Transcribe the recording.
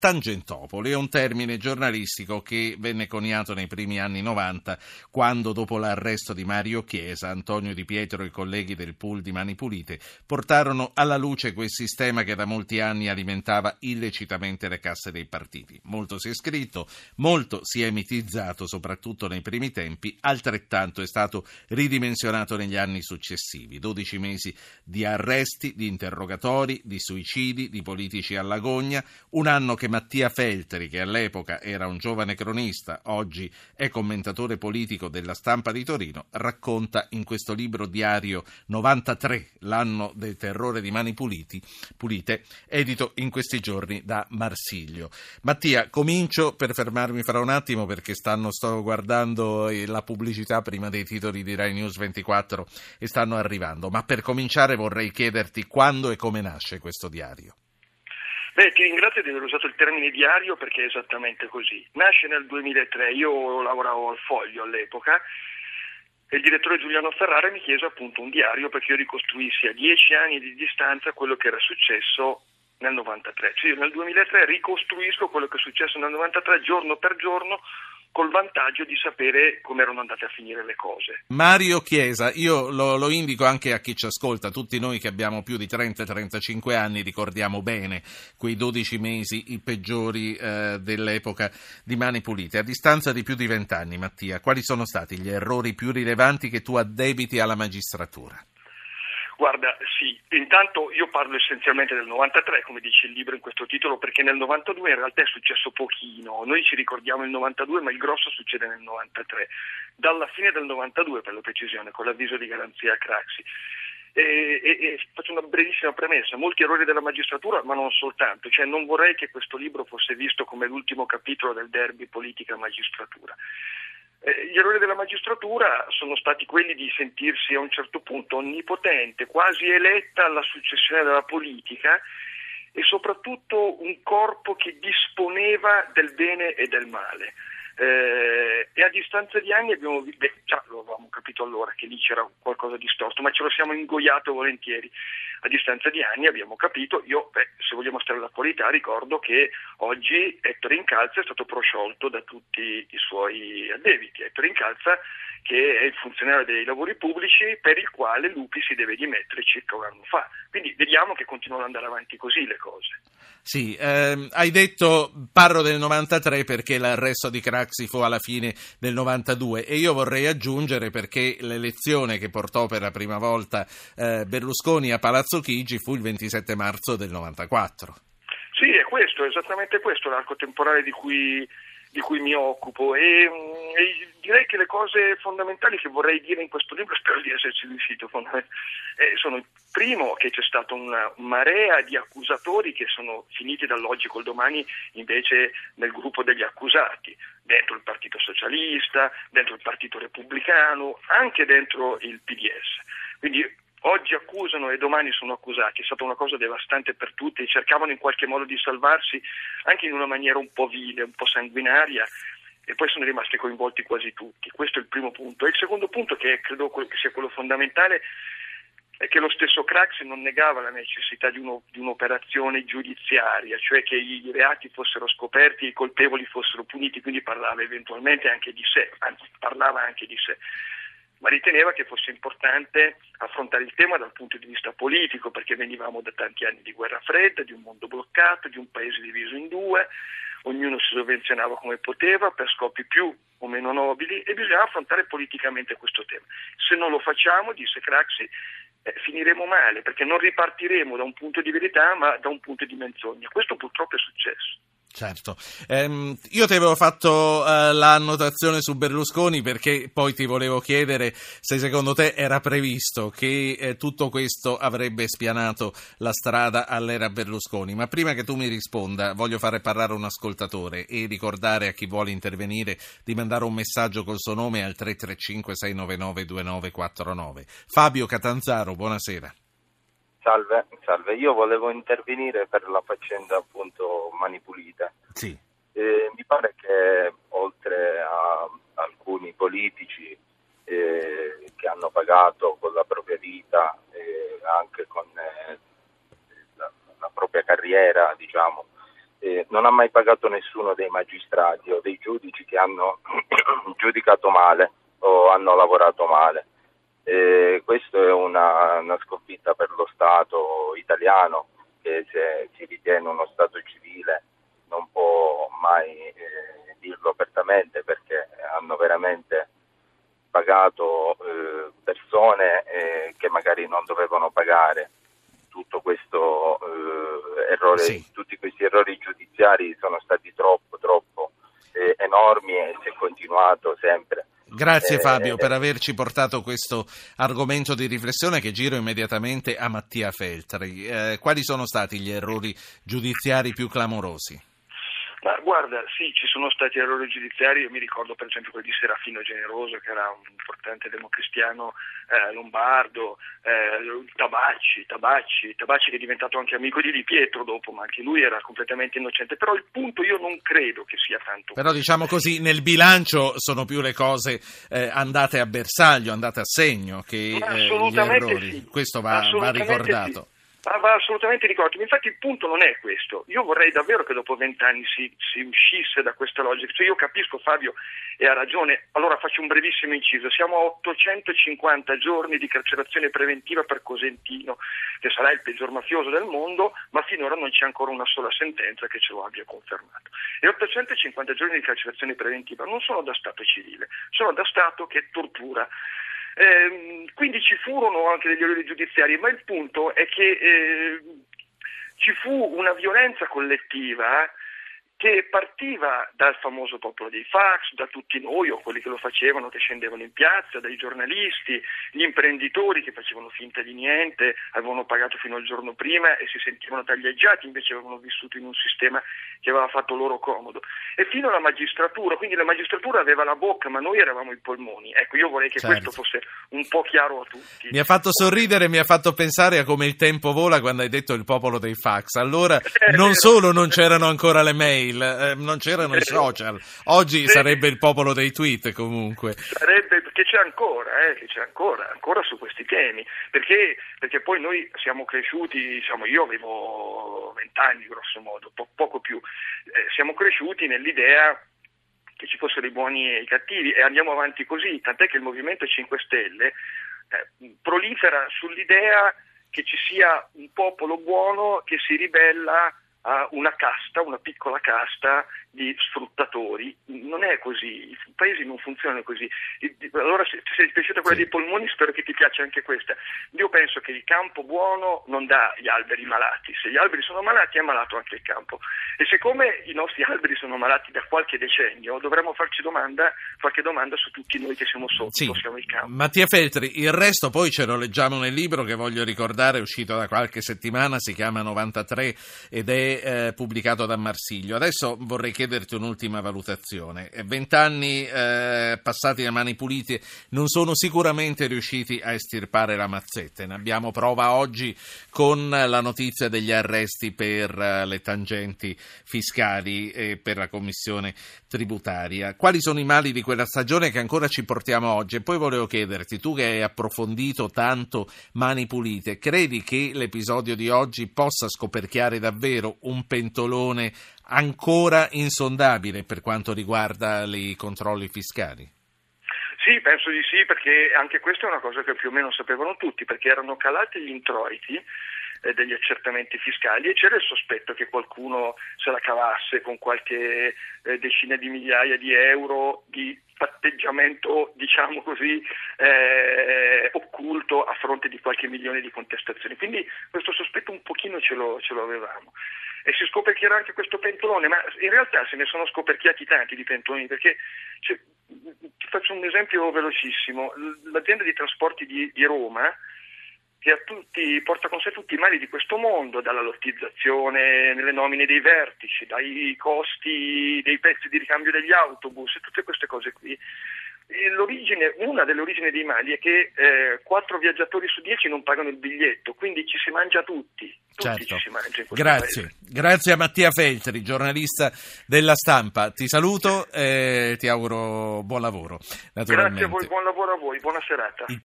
Tangentopoli è un termine giornalistico che venne coniato nei primi anni 90, quando dopo l'arresto di Mario Chiesa, Antonio Di Pietro e i colleghi del pool di Mani Pulite portarono alla luce quel sistema che da molti anni alimentava illecitamente le casse dei partiti. Molto si è scritto, molto si è mitizzato, soprattutto nei primi tempi, altrettanto è stato ridimensionato negli anni successivi. 12 mesi di arresti, di interrogatori, di suicidi, di politici alla gogna, un anno che Mattia Feltri, che all'epoca era un giovane cronista, oggi è commentatore politico della Stampa di Torino, racconta in questo libro diario 93, l'anno del terrore di Mani Pulite, edito in questi giorni da Marsilio. Mattia, comincio per fermarmi fra un attimo perché sto guardando la pubblicità prima dei titoli di Rai News 24 e stanno arrivando, ma per cominciare vorrei chiederti quando e come nasce questo diario. Ti ringrazio di aver usato il termine diario perché è esattamente così. Nasce nel 2003, io lavoravo al Foglio all'epoca e il direttore Giuliano Ferrara mi chiese appunto un diario perché io ricostruissi a 10 anni di distanza quello che era successo nel 93. Cioè io nel 2003 ricostruisco quello che è successo nel 93 giorno per giorno, col vantaggio di sapere come erano andate a finire le cose. Mario Chiesa, io lo indico anche a chi ci ascolta, tutti noi che abbiamo più di 30-35 anni ricordiamo bene quei 12 mesi, i peggiori dell'epoca di Mani Pulite. A distanza di più di 20 anni, Mattia, quali sono stati gli errori più rilevanti che tu addebiti alla magistratura? Guarda, sì, intanto io parlo essenzialmente del 93, come dice il libro in questo titolo, perché nel 92 in realtà è successo pochino. Noi ci ricordiamo il 92, ma il grosso succede nel 93. Dalla fine del 92, per la precisione, con l'avviso di garanzia a Craxi. E faccio una brevissima premessa, molti errori della magistratura, ma non soltanto, cioè non vorrei che questo libro fosse visto come l'ultimo capitolo del derby politica-magistratura. Gli errori della magistratura sono stati quelli di sentirsi a un certo punto onnipotente, quasi eletta alla successione della politica e soprattutto un corpo che disponeva del bene e del male. E a distanza di anni già lo avevamo capito allora che lì c'era qualcosa di storto, ma ce lo siamo ingoiato volentieri. A distanza di anni abbiamo capito, se vogliamo stare all'attualità, ricordo che oggi Ettore Incalza è stato prosciolto da tutti i suoi addebiti. Ettore Incalza, che è il funzionario dei lavori pubblici per il quale Lupi si deve dimettere circa un anno fa. Quindi vediamo che continuano ad andare avanti così le cose. Sì, hai detto parlo del 93 perché l'arresto di Craxi fu alla fine del 92 e io vorrei aggiungere perché l'elezione che portò per la prima volta Berlusconi a Palazzo Chigi fu il 27 marzo del 94. Sì, è esattamente questo l'arco temporale di cui mi occupo e direi che le cose fondamentali che vorrei dire in questo libro, spero di esserci riuscito, sono il primo che c'è stata una marea di accusatori che sono finiti dall'oggi col domani invece nel gruppo degli accusati, dentro il Partito Socialista, dentro il Partito Repubblicano, anche dentro il PDS. Quindi oggi accusano e domani sono accusati, è stata una cosa devastante per tutti, cercavano in qualche modo di salvarsi anche in una maniera un po' vile, un po' sanguinaria e poi sono rimasti coinvolti quasi tutti. Questo è il primo punto. E il secondo punto, che credo che sia quello fondamentale, è che lo stesso Craxi non negava la necessità di un'operazione giudiziaria, cioè che i reati fossero scoperti e i colpevoli fossero puniti, quindi parlava eventualmente anche di sé, anzi parlava anche di sé. Ma riteneva che fosse importante affrontare il tema dal punto di vista politico, perché venivamo da tanti anni di guerra fredda, di un mondo bloccato, di un paese diviso in due, ognuno si sovvenzionava come poteva per scopi più o meno nobili e bisognava affrontare politicamente questo tema. Se non lo facciamo, disse Craxi, finiremo male, perché non ripartiremo da un punto di verità ma da un punto di menzogna. Questo purtroppo è successo. Certo, io ti avevo fatto l'annotazione su Berlusconi perché poi ti volevo chiedere se secondo te era previsto che tutto questo avrebbe spianato la strada all'era Berlusconi, ma prima che tu mi risponda voglio fare parlare un ascoltatore e ricordare a chi vuole intervenire di mandare un messaggio col suo nome al 335 699 2949. Fabio Catanzaro, buonasera. Salve, io volevo intervenire per la faccenda appunto Mani Pulite. Sì. Mi pare che oltre a alcuni politici che hanno pagato con la propria vita e anche con la propria carriera, diciamo, non ha mai pagato nessuno dei magistrati o dei giudici che hanno giudicato male o hanno lavorato male. Questo è una sconfitta per lo Stato italiano, che se si ritiene uno Stato civile non può mai dirlo apertamente, perché hanno veramente pagato persone che magari non dovevano pagare. Tutto questo errore, tutti questi errori giudiziari sono stati troppo enormi, e si è continuato sempre. Grazie Fabio per averci portato questo argomento di riflessione, che giro immediatamente a Mattia Feltri. Quali sono stati gli errori giudiziari più clamorosi? Ma guarda, sì, ci sono stati errori giudiziari. Io mi ricordo per esempio quello di Serafino Generoso, che era un importante democristiano lombardo, Tabacci che è diventato anche amico di Pietro dopo, ma anche lui era completamente innocente. Però il punto, io non credo che sia tanto. Però diciamo così, nel bilancio sono più le cose andate a bersaglio, andate a segno, che gli errori. Sì. Questo va ricordato. Sì. Va assolutamente ricordato. Infatti il punto non è questo. Io vorrei davvero che dopo 20 anni si uscisse da questa logica. Cioè, io capisco Fabio e ha ragione. Allora faccio un brevissimo inciso. Siamo a 850 giorni di carcerazione preventiva per Cosentino, che sarà il peggior mafioso del mondo, ma finora non c'è ancora una sola sentenza che ce lo abbia confermato. E 850 giorni di carcerazione preventiva non sono da Stato civile, sono da Stato che tortura. Quindi ci furono anche degli errori giudiziari, ma il punto è che ci fu una violenza collettiva che partiva dal famoso popolo dei fax, da tutti noi o quelli che lo facevano, che scendevano in piazza, dai giornalisti, gli imprenditori che facevano finta di niente, avevano pagato fino al giorno prima e si sentivano taglieggiati, invece avevano vissuto in un sistema che aveva fatto loro comodo, e fino alla magistratura. Quindi la magistratura aveva la bocca, ma noi eravamo i polmoni. Ecco, io vorrei che questo fosse un po' chiaro a tutti. Mi ha fatto sorridere, mi ha fatto pensare a come il tempo vola quando hai detto il popolo dei fax. Allora non solo non c'erano ancora le mail, non c'erano i social, oggi sarebbe il popolo dei tweet. Comunque sarebbe, perché c'è ancora su questi temi, perché poi noi siamo cresciuti, diciamo, io avevo 20 anni grosso modo, poco più, siamo cresciuti nell'idea che ci fossero i buoni e i cattivi, e andiamo avanti così, tant'è che il Movimento 5 Stelle prolifera sull'idea che ci sia un popolo buono che si ribella a una piccola casta di sfruttatori. Non è così, i paesi non funzionano così. Allora, se ti è piaciuta quella dei polmoni, spero che ti piaccia anche questa. Io penso che il campo buono non dà gli alberi malati. Se gli alberi sono malati, è malato anche il campo. E siccome i nostri alberi sono malati da qualche decennio, dovremmo farci qualche domanda su tutti noi che siamo sotto, siamo il campo. Mattia Feltri, il resto poi ce lo leggiamo nel libro che voglio ricordare, è uscito da qualche settimana, si chiama 93 ed è pubblicato da Marsilio. Adesso vorrei chiederti un'ultima valutazione. 20 anni passati a mani pulite non sono sicuramente riusciti a estirpare la mazzetta. Ne abbiamo prova oggi con la notizia degli arresti per le tangenti fiscali e per la commissione tributaria. Quali sono i mali di quella stagione che ancora ci portiamo oggi? E poi volevo chiederti, tu che hai approfondito tanto Mani Pulite, credi che l'episodio di oggi possa scoperchiare davvero un pentolone ancora insondabile per quanto riguarda i controlli fiscali? Sì, penso di sì, perché anche questa è una cosa che più o meno sapevano tutti, perché erano calati gli introiti degli accertamenti fiscali e c'era il sospetto che qualcuno se la cavasse con qualche decina di migliaia di euro di patteggiamento, diciamo così, occulto a fronte di qualche milione di contestazioni. Quindi questo sospetto un pochino ce lo avevamo. E si scoperchierà anche questo pentolone, ma in realtà se ne sono scoperchiati tanti di pentoloni, perché ti faccio un esempio velocissimo. L'azienda di trasporti di Roma, che porta con sé tutti i mali di questo mondo, dalla lottizzazione nelle nomine dei vertici, dai costi dei pezzi di ricambio degli autobus e tutte queste cose qui. Una delle origini dei mali è che 4 viaggiatori su 10 non pagano il biglietto, quindi ci si mangia tutti. Certo. Ci si mangia in questo Grazie a Mattia Feltri, giornalista della Stampa. Ti saluto e ti auguro buon lavoro. Grazie a voi, buon lavoro a voi, buona serata.